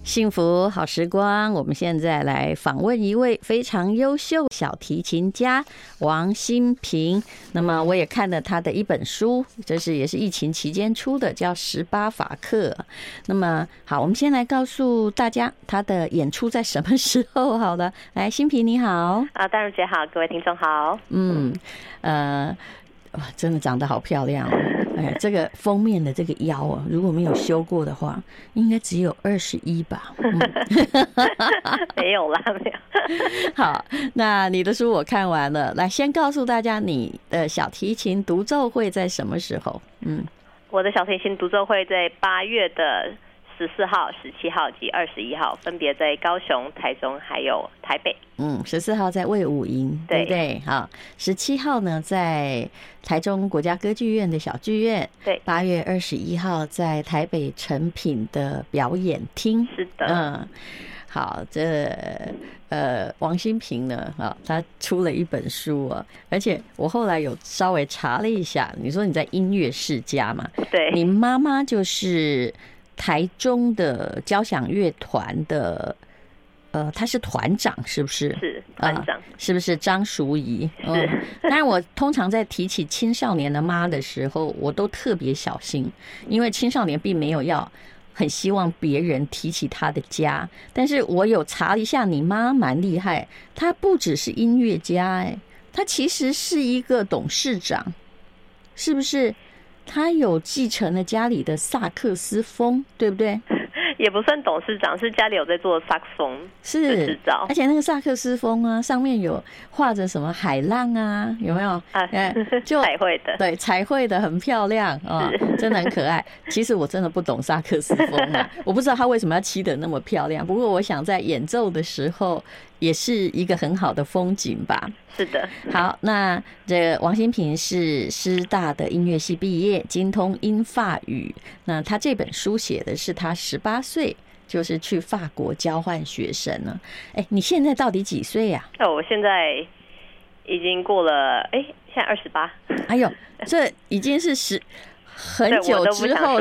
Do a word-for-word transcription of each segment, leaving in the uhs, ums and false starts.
幸福好时光，我们现在来访问一位非常优秀小提琴家王新平。那么我也看了他的一本书，这是也是疫情期间出的，叫《十八法课》。那么好，我们先来告诉大家他的演出在什么时候。好了，来，新平你好。 啊，淡如姐好，各位听众好。 嗯，呃，哇，真的长得好漂亮哦。哎，这个封面的这个腰啊，如果没有修过的话，应该只有二十一吧。嗯、 没有啦，没有。 好，那你的书我看完了，来先告诉大家你的小提琴独奏会在什么时候？嗯， 我的小提琴独奏会在八月的十四号、十七号及二十一号，分别在高雄、台中还有台北。 嗯，十四号在卫武营，对不对？好，十七号呢在台中国家歌剧院的小剧院， 对。 八月二十一号在台北诚品的表演厅， 是的。 嗯，好，这呃王新平呢，啊，他出了一本书啊，而且我后来有稍微查了一下，你说你在音乐世家嘛？ 对。 你妈妈就是台中的交响乐团的。呃，他是团长，是不是？ 是团长、呃， 是不是张淑仪？ 是。 嗯，当然，我通常在提起青少年的妈的时候，我都特别小心，因为青少年并没有要很希望别人提起他的家。但是我有查一下，你妈蛮厉害，她不只是音乐家、欸，哎，她其实是一个董事长，是不是？她有继承了家里的萨克斯风，对不对？ 也不算董事长，是家里有在做萨克斯风的制造， 而且那个萨克斯风啊，上面有画着什么海浪啊，有没有？ 啊，就彩绘的， 对，彩绘的很漂亮啊、哦，真的很可爱。其实我真的不懂萨克斯风啊，我不知道他为什么要漆得那么漂亮。不过我想在演奏的时候，也是一个很好的风景吧。 是的。 好，那这个王新平是师大的音乐系毕业，精通英法语。那他这本书写的是他十八岁就是去法国交换学生了。哎，你现在到底几岁呀、 啊？哦，我现在已经过了，哎，现在二十八。 哎呦，这已经是十很久之后，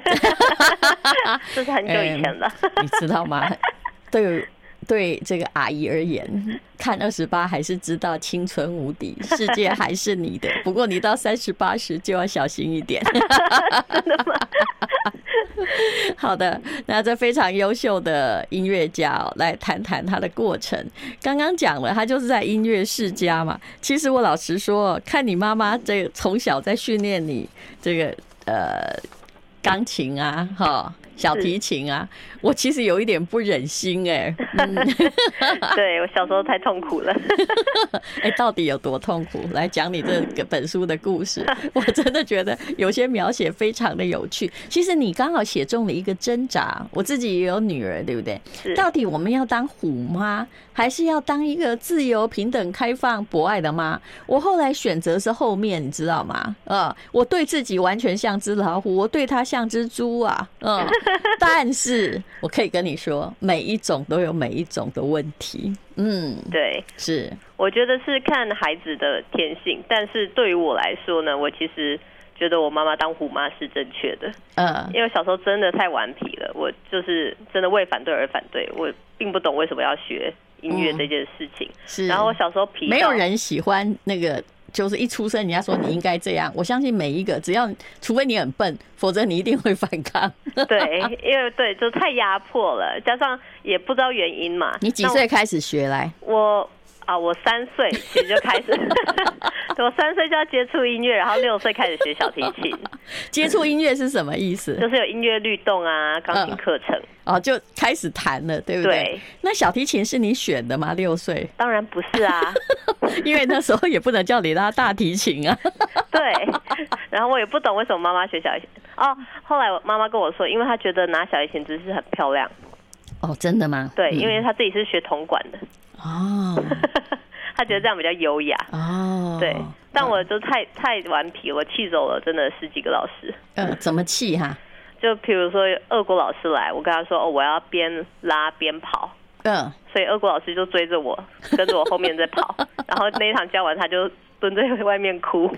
这是很久以前了。 哎、你知道吗？对。对这个阿姨而言，看二十八还是知道青春无敌，世界还是你的。不过你到三十八时就要小心一点。 真的吗？ 好的，那这非常优秀的音乐家、哦、来谈谈他的过程。刚刚讲了，他就是在音乐世家嘛。其实我老实说，看你妈妈这个从小在训练你这个呃钢琴啊，哈。小提琴啊，我其实有一点不忍心哎、欸嗯。 对，我小时候太痛苦了。 哎、欸，到底有多痛苦？来讲你这个本书的故事，我真的觉得有些描写非常的有趣。其实你刚好写中了一个挣扎，我自己也有女儿，对不对？到底我们要当虎妈，还是要当一个自由、平等、开放、博爱的妈？我后来选择是后面，你知道吗？呃，我对自己完全像只老虎，我对他像只猪啊，嗯、呃。但是我可以跟你说，每一种都有每一种的问题。嗯， 对， 是， 我觉得是看孩子的天性。但是对于我来说呢，我其实觉得我妈妈当虎妈是正确的。嗯，因为小时候真的太顽皮了，我就是真的为反对而反对，我并不懂为什么要学音乐这件事情。嗯、是，然后我小时候皮没有人喜欢那个。就是一出生人家说你应该这样，我相信每一个只要除非你很笨，否则你一定会反抗。 对，因为对就太压迫了，加上也不知道原因嘛。 你几岁开始学来？ 我啊，我三岁其实就开始，我三岁就要接触音乐，然后六岁开始学小提琴。 接触音乐是什么意思？ 就是有音乐律动啊，钢琴课程、 嗯、哦，就开始弹了，对不对？对。那小提琴是你选的吗？六岁？ 当然不是啊， 因为那时候也不能叫你拉大提琴啊。 对。然后我也不懂为什么妈妈学小提琴。哦，后来我妈妈跟我说，因为她觉得拿小提琴姿势很漂亮。 哦，真的吗？ 对，因为她自己是学铜管的。哦。他觉得这样比较优雅哦，对，但我就太太顽皮，我气走了真的十几个老师。 嗯，怎么气哈？ 就比如说俄国老师来，我跟他说哦，我要边拉边跑，嗯，所以俄国老师就追着我，跟着我后面在跑，然后那一场教完，他就蹲在外面哭，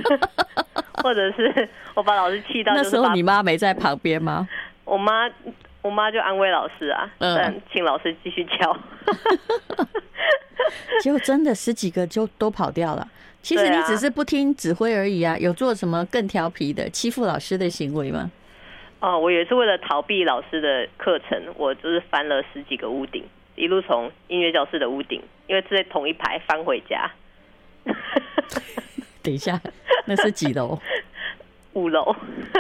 或者是我把老师气到， 那时候你妈没在旁边吗？ 我妈我妈就安慰老师啊，嗯、但请老师继续教。 结果真的十几个就都跑掉了。其实你只是不听指挥而已啊，有做什么更调皮的欺负老师的行为吗？ 哦，我也是为了逃避老师的课程，我就是翻了十几个屋顶，一路从音乐教室的屋顶，因为是在同一排翻回家。 等一下，那是几楼？ 五楼。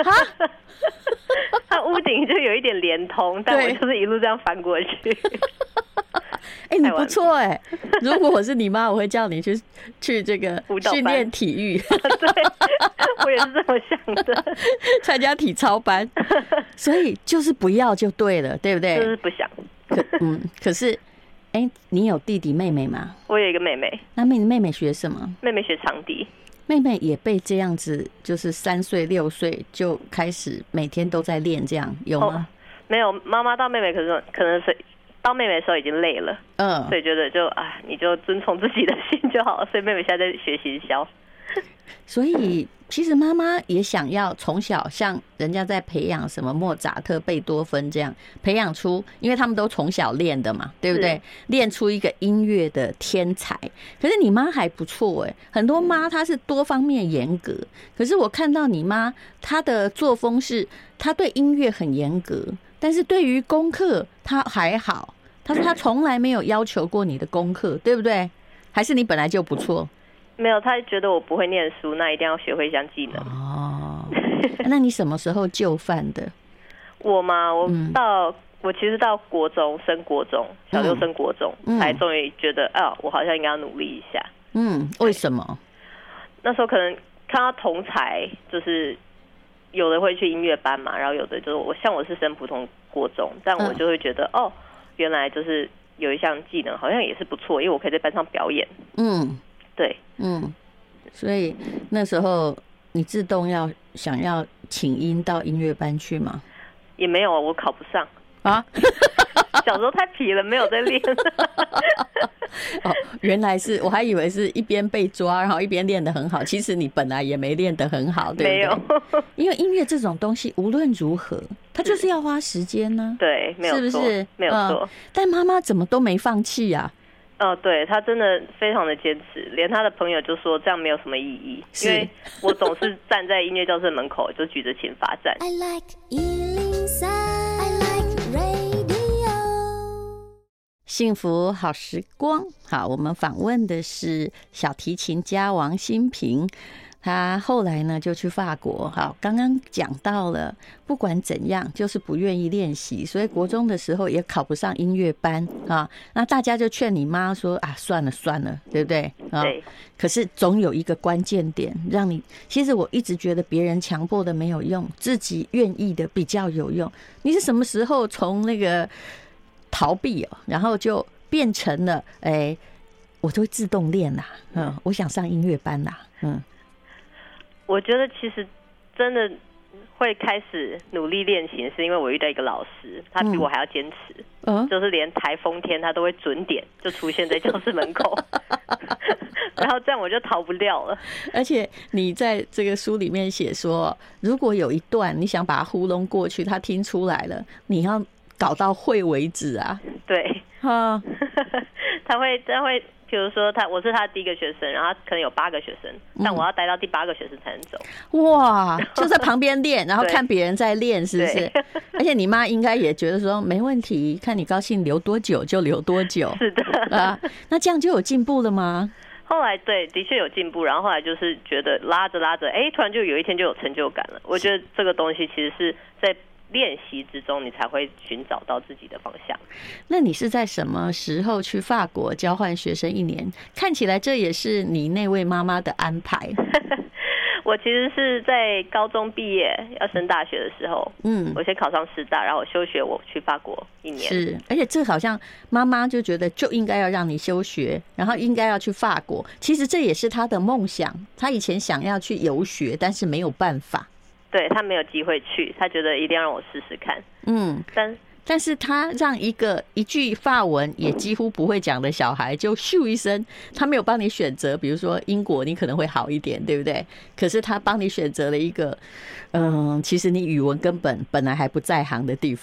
它屋顶就有一点连通，但我就是一路这样翻过去。 哎、欸，你不错哎、欸！如果我是你妈，我会叫你去去这个训练体育。 对，我也是这么想的， 参加体操班。所以就是不要就对了，对不对？ 就是不想。 可嗯，可是，哎、欸，你有弟弟妹妹吗？ 我有一个妹妹。 那妹妹妹学什么？ 妹妹学长笛。 妹妹也被这样子，就是三岁六岁就开始每天都在练，这样有吗？ 哦、没有，妈妈到妹妹可是可能是到妹妹的时候已经累了，嗯，所以觉得就啊，你就遵从自己的心就好了。所以妹妹现在在学行销。 所以其实妈妈也想要从小像人家在培养什么莫扎特、贝多芬这样培养出，因为他们都从小练的嘛，对不对？练出一个音乐的天才。可是你妈还不错哎，很多妈她是多方面严格，可是我看到你妈她的作风是，她对音乐很严格，但是对于功课她还好。她说她从来没有要求过你的功课，对不对？还是你本来就不错？ 没有，他觉得我不会念书，那一定要学会一项技能。 哦，那你什么时候就范的？ 我嘛，我到、嗯、我其实到国中升国中，小六升国中，嗯、才终于觉得啊，我好像应该要努力一下。 嗯，为什么？ 那时候可能看到同才，就是有的会去音乐班嘛，然后有的就是我像我是升普通国中，但我就会觉得、嗯、哦，原来就是有一项技能好像也是不错，因为我可以在班上表演。嗯。对， 嗯，所以那时候你自动要想要请缨到音乐班去吗？ 也没有啊，我考不上啊。 小时候太皮了，没有在练。 哦，原来是，我还以为是一边被抓，然后一边练得很好。其实你本来也没练得很好，对不对？没有，因为音乐这种东西，无论如何，它就是要花时间呢、啊。 对，没有错，是不是？没有错、嗯。 但妈妈怎么都没放弃啊？ 哦，对，他真的非常的坚持，连他的朋友就说这样没有什么意义，因为我总是站在音乐教室门口就举着琴罚站。I like 一零三 I like radio 幸福好时光。好，我们访问的是小提琴家王馨平。他后来呢就去法国，好，刚刚讲到了，不管怎样就是不愿意练习，所以国中的时候也考不上音乐班啊。那大家就劝你妈说啊，算了算了，对不对？啊，对。可是总有一个关键点让你，其实我一直觉得别人强迫的没有用，自己愿意的比较有用。你是什么时候从那个逃避哦，然后就变成了哎，我就会自动练啦，嗯，我想上音乐班啦，嗯。 我觉得其实真的会开始努力练琴，是因为我遇到一个老师，他比我还要坚持，嗯、就是连台风天他都会准点就出现在教室门口，然后这样我就逃不掉了。 而且你在这个书里面写说，如果有一段你想把他糊弄过去，他听出来了，你要搞到会为止啊。 对，啊，他会他会。比如说他，我是他的第一个学生，然后他可能有八个学生，但我要待到第八个学生才能走。 哇，就在旁边练，然后看别人在练，是不是？而且你妈应该也觉得说没问题，看你高兴留多久就留多久。 是的啊，那这样就有进步了吗？ 后来对，的确有进步，然后后来就是觉得拉着拉着，哎，突然就有一天就有成就感了。我觉得这个东西其实是在练习之中，你才会寻找到自己的方向。 那你是在什么时候去法国交换学生一年？看起来这也是你那位妈妈的安排。 我其实是在高中毕业要升大学的时候，嗯，我先考上师大，然后我休学，我去法国一年。 是，而且这好像妈妈就觉得就应该要让你休学，然后应该要去法国。其实这也是她的梦想，她以前想要去游学，但是没有办法。 对，他没有机会去，他觉得一定要让我试试看。嗯，但但是他让一个一句法文也几乎不会讲的小孩就咻一声，他没有帮你选择，比如说英国你可能会好一点，对不对？可是他帮你选择了一个，嗯，其实你语文根本本来还不在行的地方。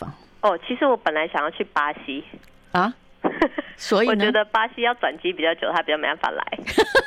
哦，其实我本来想要去巴西啊，所以呢， 我觉得巴西要转机比较久，他比较没办法来。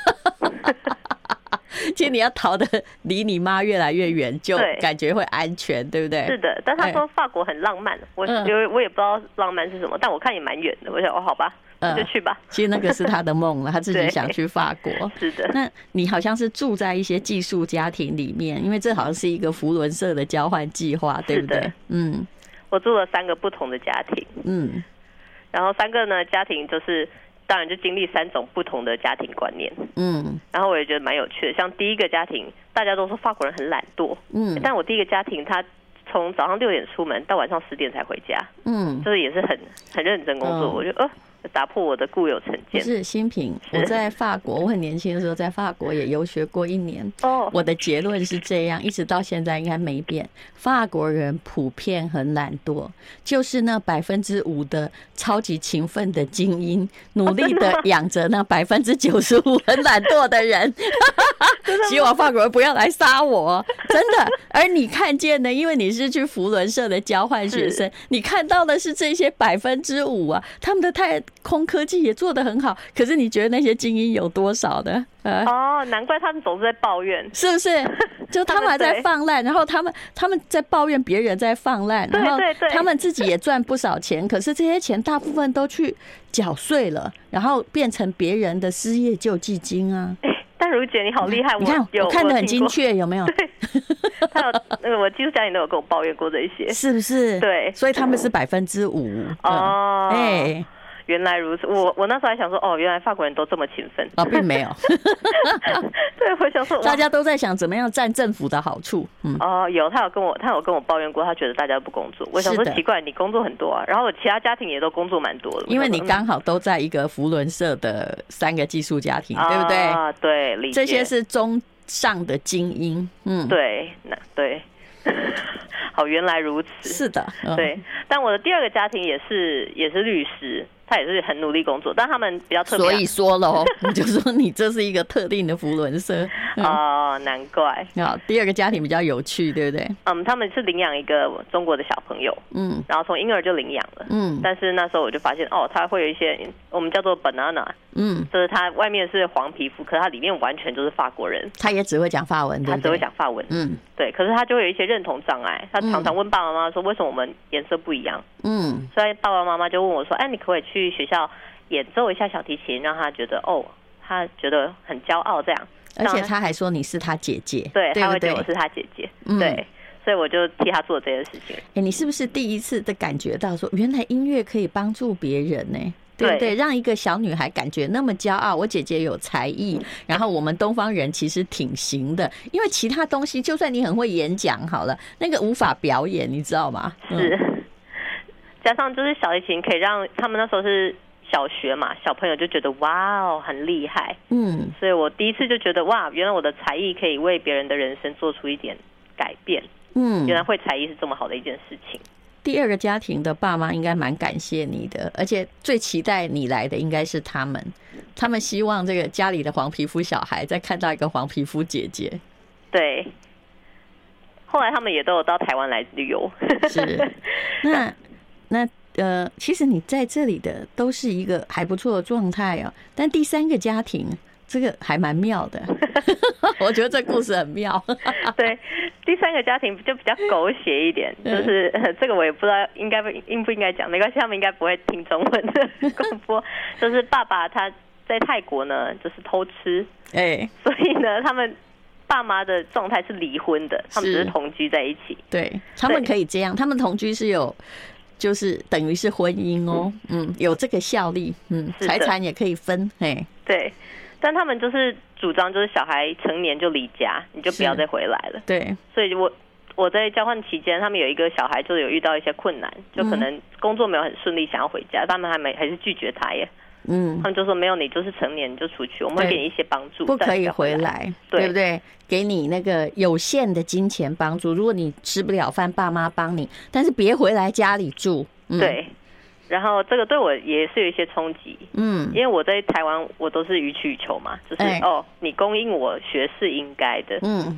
其实你要逃得离你妈越来越远，就感觉会安全，对不对？ 是的，但他说法国很浪漫，我我也不知道浪漫是什么，但我看也蛮远的。我想哦，好吧，就去吧。 其实那个是他的梦了，他自己想去法国。 是的。 那你好像是住在一些寄宿家庭里面，因为这好像是一个扶轮社的交换计划，对不对？嗯， 我住了三个不同的家庭，嗯，然后三个呢家庭就是。当然就经历三种不同的家庭观念，嗯，然后我也觉得蛮有趣的。像第一个家庭，大家都说法国人很懒惰，嗯，但我第一个家庭，他从早上六点出门到晚上十点才回家，嗯，就是也是很很认真工作，哦、我就呃打破我的固有成见。 不是新平，我在法国，我很年轻的时候在法国也游学过一年，哦，我的结论是这样，一直到现在应该没变。法国人普遍很懒惰，就是那百分之五的超级勤奋的精英，努力的养着那百分之九十五很懒惰的人。希望法国人不要来杀我，真的。而你看见的，因为你是去扶轮社的交换学生，你看到的是这些百分之五啊，他们的太空科技也做得很好。可是你觉得那些精英有多少呢？ 呃、哦，难怪他们总是在抱怨， 是不是？就他们还在放烂，然后他们他们在抱怨别人在放烂，然后他们自己也赚不少钱，可是这些钱大部分都去缴税了，然后变成别人的失业救济金啊。 但如姐你好厉害， 你看我看得很精确，有没有？ 对，他有那个我寄宿家庭都有跟我抱怨过这些， 是不是？ 对， 所以他们是百分之五哦，哎。欸原来如此，我我那时候还想说，哦，原来法国人都这么勤奋啊，并没有。 对，我想说， 大家都在想怎么样占政府的好处。 嗯，哦，有他有跟我他有跟我抱怨过，他觉得大家不工作。我想说奇怪，你工作很多啊，然后我其他家庭也都工作蛮多的。 因为你刚好都在一个扶轮社的三个寄宿家庭， 啊、 对不对？ 啊，对，理解。 这些是中上的精英。嗯， 对，那对。好，原来如此。 是的， 嗯、对。但我的第二个家庭也是也是律师。他也是很努力工作，但他们比较特别。 所以说喽，你就说你这是一个特定的扶轮社。 哦，难怪。 好，第二个家庭比较有趣，对不对？ 嗯，他们是领养一个中国的小朋友，嗯，然后从婴儿就领养了，嗯，但是那时候我就发现，哦，他会有一些我们叫做 banana， 嗯，就是他外面是黄皮肤，可是他里面完全就是法国人。 他也只会讲法文，对不对？ 他只会讲法文，嗯，对。可是他就会有一些认同障碍，他常常问爸爸妈妈说，为什么我们颜色不一样？嗯，所以爸爸妈妈就问我说，哎，你可不可以去学校演奏一下小提琴，让他觉得哦，他觉得很骄傲这样。 而且他还说你是他姐姐， 对， 对他会对我是他姐姐，嗯、对，所以我就替他做这件事情。 哎、欸，你是不是第一次的感觉到说，原来音乐可以帮助别人呢、欸？对不对？让一个小女孩感觉那么骄傲，我姐姐有才艺，然后我们东方人其实挺行的，因为其他东西就算你很会演讲好了，那个无法表演，你知道吗？ 是，嗯、加上就是小提琴可以让他们那时候是小学嘛，小朋友就觉得哇哦很厉害，嗯，所以我第一次就觉得哇，原来我的才艺可以为别人的人生做出一点改变，嗯，原来会才艺是这么好的一件事情。 第二个家庭的爸妈应该蛮感谢你的，而且最期待你来的应该是他们，他们希望这个家里的黄皮肤小孩再看到一个黄皮肤姐姐。 对，后来他们也都有到台湾来旅游。 是，那那呃，其实你在这里的都是一个还不错的状态哦，但第三个家庭这个还蛮妙的，我觉得这故事很妙。 对，第三个家庭就比较狗血一点，就是这个我也不知道应该不应不应该讲，没关系，他们应该不会听中文的广播。就是爸爸他在泰国呢，就是偷吃，哎、欸，所以呢，他们爸妈的状态是离婚的，他们只是同居在一起。 对，他们可以这样，他们同居是有。就是等于是婚姻哦，嗯，有这个效力，嗯，财产也可以分，嘿， 对，但他们就是主张，就是小孩成年就离家，你就不要再回来了， 对， 所以我我在交换期间，他们有一个小孩就有遇到一些困难，就可能工作没有很顺利，想要回家，他们还没还是拒绝他耶。嗯，他们就说没有，你就是成年你就出去，我们会给你一些帮助， 不可以回来，对不对？给你那个有限的金钱帮助，如果你吃不了饭，爸妈帮你，但是别回来家里住。嗯、 对，然后这个对我也是有一些冲击，嗯，因为我在台湾我都是予取予求嘛，就是、欸、哦，你供应我学是应该的，嗯。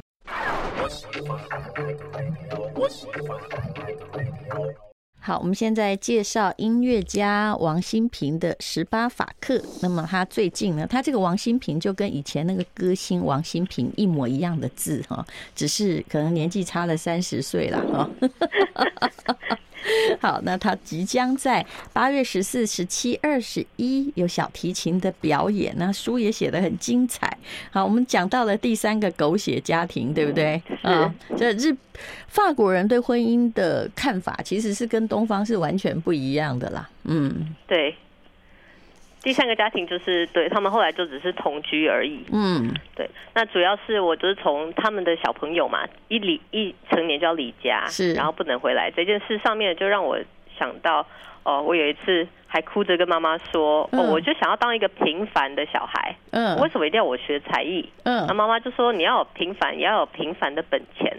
好，我们现在介绍音乐家王心平的十八法课。那么他最近呢，他这个王心平就跟以前那个歌星王心平一模一样的字哈，只是可能年纪差了三十岁了哈。好，那他即将在八月十四、十七、二十一有小提琴的表演，那书也写得很精彩。好，我们讲到了第三个狗血家庭，对不对？啊，这日法国人对婚姻的看法其实是跟东方是完全不一样的啦。嗯， 对。第三个家庭就是对他们后来就只是同居而已。嗯，对。那主要是我就是从他们的小朋友嘛，一离一成年就要离家，是，然后不能回来这件事上面，就让我想到，哦，我有一次还哭着跟妈妈说，哦，我就想要当一个平凡的小孩。嗯，为什么一定要我学才艺？嗯，那妈妈就说你要有平凡，也要有平凡的本钱。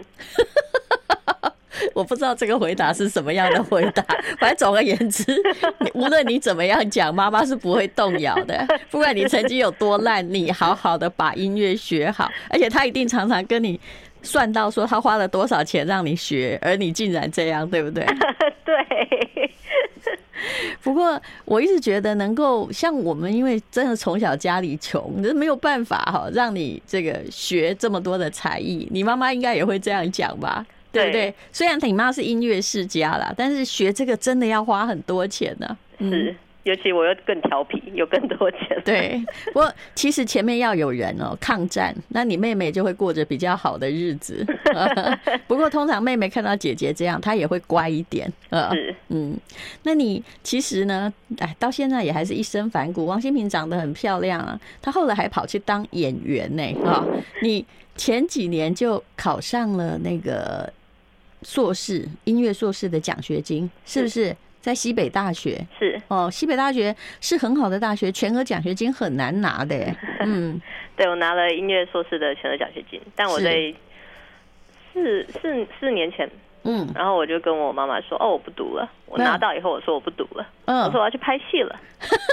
我不知道这个回答是什么样的回答，反正总而言之，无论你怎么样讲，妈妈是不会动摇的。不管你成绩有多烂，你好好的把音乐学好，而且他一定常常跟你算到说他花了多少钱让你学，而你竟然这样，对不对？ 对。 不过我一直觉得能够像我们，因为真的从小家里穷，没有办法哈让你这个学这么多的才艺。你妈妈应该也会这样讲吧？对不对？虽然你妈是音乐世家啦，但是学这个真的要花很多钱呢、啊。 是，尤其我又更调皮，有更多钱。 对，不过其实前面要有人哦抗战，那你妹妹就会过着比较好的日子。不过通常妹妹看到姐姐这样，她也会乖一点。 是， 嗯，那你其实呢，哎，到现在也还是一身反骨。王心平长得很漂亮啊，她后来还跑去当演员呢。啊，你前几年就考上了那个硕士音乐硕士的奖学金，是不是在西北大学？是哦，西北大学是很好的大学，全额奖学金很难拿的耶。嗯， 对，我拿了音乐硕士的全额奖学金，但我在四四四年前，嗯，然后我就跟我妈妈说，哦，我不读了。我拿到以后，我说我不读了，嗯，我说我要去拍戏了。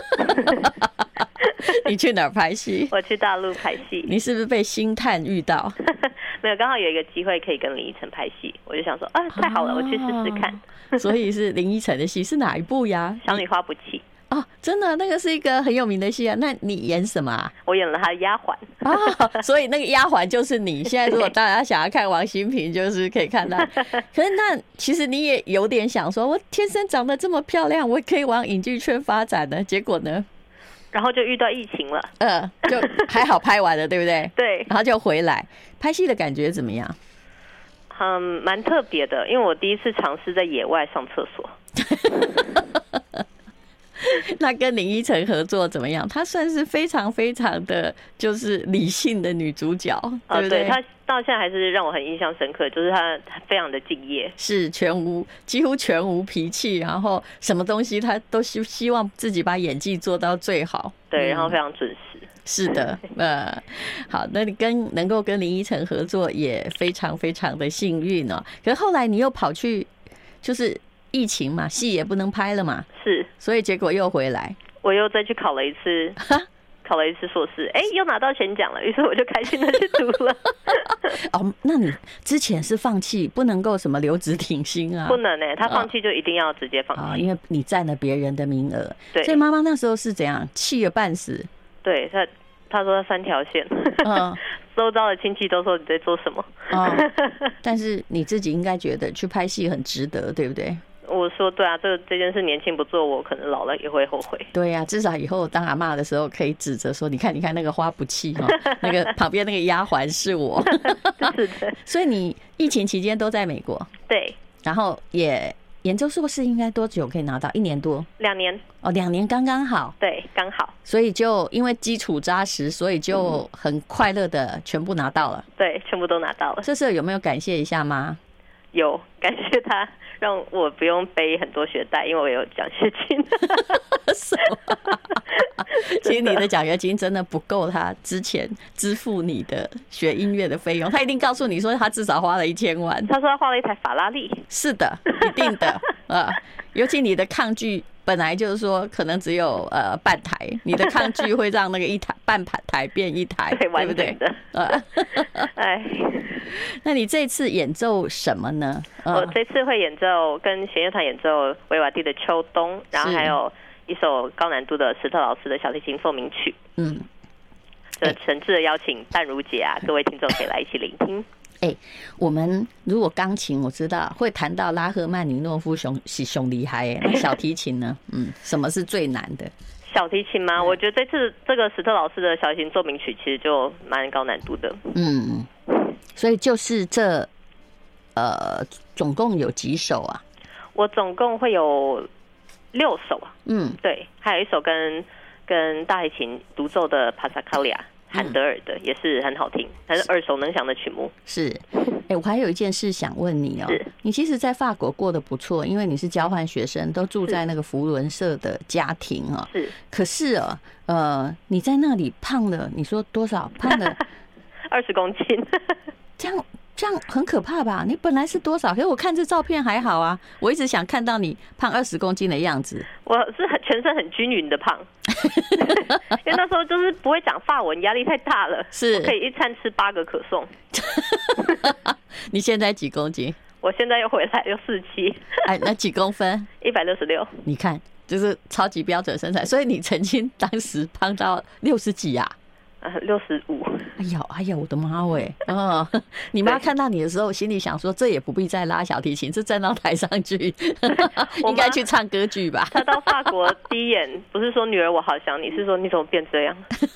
你去哪儿拍戏？ 我去大陆拍戏。 你是不是被星探遇到？ 没有，刚好有一个机会可以跟林依晨拍戏，我就想说啊，太好了，我去试试看。 所以是林依晨的戏，是哪一部呀？ 小女花不弃。 哦，真的，那个是一个很有名的戏啊。那你演什么啊？ 我演了她的丫鬟。 哦，所以那个丫鬟就是你。现在如果大家想要看王心平，就是可以看到。可是那其实你也有点想说，我天生长得这么漂亮，我可以往影剧圈发展的。结果呢？ 然后就遇到疫情了。 嗯，就还好拍完了，对不对？ 对。 然后就回来拍戏的感觉怎么样？ 嗯，蛮特别的，因为我第一次尝试在野外上厕所。 那跟林依晨合作怎么样？她算是非常非常的就是理性的女主角，对不对？ 对，她到现在还是让我很印象深刻，就是她非常的敬业， 是全无几乎全无脾气，然后什么东西她都希希望自己把演技做到最好， 对，然后非常准时。嗯， 是的，呃，好，那你跟能够跟林依晨合作也非常非常的幸运哦。可是后来你又跑去就是疫情嘛，戏也不能拍了嘛， 是， 所以结果又回来， 我又再去考了一次，考了一次硕士，哎，又拿到全奖了，于是我就开心的去读了。 哦，那你之前是放弃，不能够什么留职停薪啊？ 不能呢、欸，他放弃就一定要直接放弃、 哦哦，因为你占了别人的名额。 对， 所以妈妈那时候是怎样，气了半死。 对他，他说他三条线，嗯，周遭的亲戚都说你在做什么。 哦，但是你自己应该觉得去拍戏很值得，对不对？ 我说对啊，这这件事年轻不做，我可能老了也会后悔。 对呀、啊，至少以后当阿嬷的时候可以指着说，你看，你看那个花不弃哈，那个旁边那个丫鬟是我。 是的。 所以你疫情期间都在美国。 对。 然后也研究硕士应该多久可以拿到？一年多？ 两年。 哦，两年刚刚好。 对，刚好。 所以就因为基础扎实，所以就很快乐的全部拿到了。 对，全部都拿到了。 这时候有没有感谢一下妈？ 有，感谢他让我不用背很多学贷，因为我有奖学金。 什么？其实你的奖学金真的不够他之前支付你的学音乐的费用，他一定告诉你说他至少花了一千万。 他说他花了一台法拉利。 是的，一定的。呃，尤其你的抗拒本来就是说可能只有呃半台，你的抗拒会让那个一台半台变一台，对不对？ 呃，哎， 那你这次演奏什么呢？ 我这次会演奏跟弦乐团演奏维瓦蒂的《秋冬》，然后还有一首高难度的史特劳斯的小提琴奏鸣曲。嗯，这诚挚的邀请淡如姐啊，各位听众可以来一起聆听。 哎、欸，我们如果钢琴我知道会弹到拉赫曼尼诺夫熊是熊厉害哎，那小提琴呢？嗯，什么是最难的？ 小提琴吗？我觉得这次这个史特劳斯的小提琴奏鸣曲其实就蛮高难度的。 嗯，所以就是这呃，总共有几首啊？ 我总共会有六首啊。嗯，对，还有一首跟跟大提琴独奏的帕萨卡利亚。韩德尔的也是很好听，还是耳熟能详的曲目。 是，哎、欸，我还有一件事想问你哦、喔。你其实，在法国过得不错，因为你是交换学生，都住在那个福伦社的家庭哦、喔。 是。 可是哦、喔，呃，你在那里胖了，你说多少？胖了二十公斤。 这样这样很可怕吧？你本来是多少？可是我看这照片还好啊，我一直想看到你胖二十公斤的样子。 我是很全身很均匀的胖，因为那时候就是不会讲法文，压力太大了。 是， 我可以一餐吃八个可颂。 你现在几公斤？ 我现在又回来又四七。 哎，那几公分？ 一百六十六。 你看，就是超级标准身材，所以你曾经当时胖到六十几啊？ 呃，六十五。 哎呀，哎呀，我的妈喂！哦，你妈看到你的时候，心里想说，这也不必再拉小提琴，是站到台上去，应该去唱歌剧吧？ 她到法国第一眼不是说女儿我好想你，是说你怎么变这样？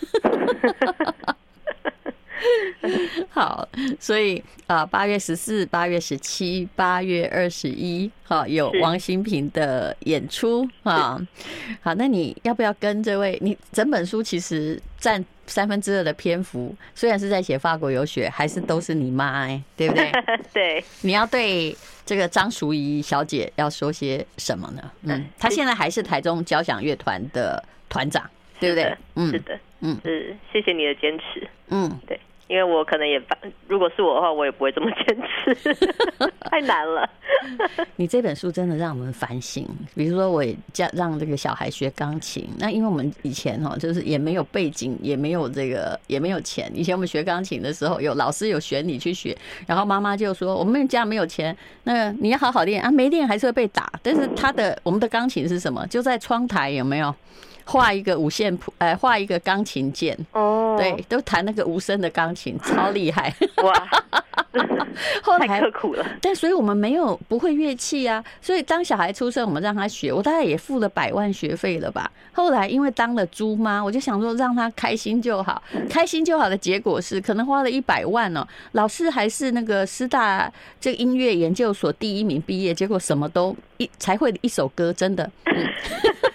好，所以啊，八月十四、八月十七、八月二十一，好，有王馨平的演出啊。好，那你要不要跟这位？你整本书其实占三分之二的篇幅，虽然是在写法国游学，还是都是你妈哎、欸，对不对？ 对。 你要对这个张淑仪小姐要说些什么呢？嗯，她现在还是台中交响乐团的团长，对不对？ 嗯，是的，嗯，是谢谢你的坚持。嗯，对。因为我可能也，如果是我的话，我也不会这么坚持，太难了。 你这本书真的让我们反省，比如说我也教让这个小孩学钢琴，那因为我们以前哈就是也没有背景，也没有这个也没有钱。以前我们学钢琴的时候，有老师有选你去学，然后妈妈就说我们家没有钱，那你要好好练啊，没练还是会被打。但是他的我们的钢琴是什么？就在窗台有没有？画一个五线谱，呃，画一个钢琴键，哦，对，都弹那个无声的钢琴，超厉害，哇！后来太刻苦了， 但所以我们没有不会乐器啊，所以当小孩出生，我们让他学，我大概也付了百万学费了吧。后来因为当了猪妈，我就想说让他开心就好，开心就好的结果是，可能花了一百万哦，老师还是那个师大这个音乐研究所第一名毕业，结果什么都一才会一首歌，真的。嗯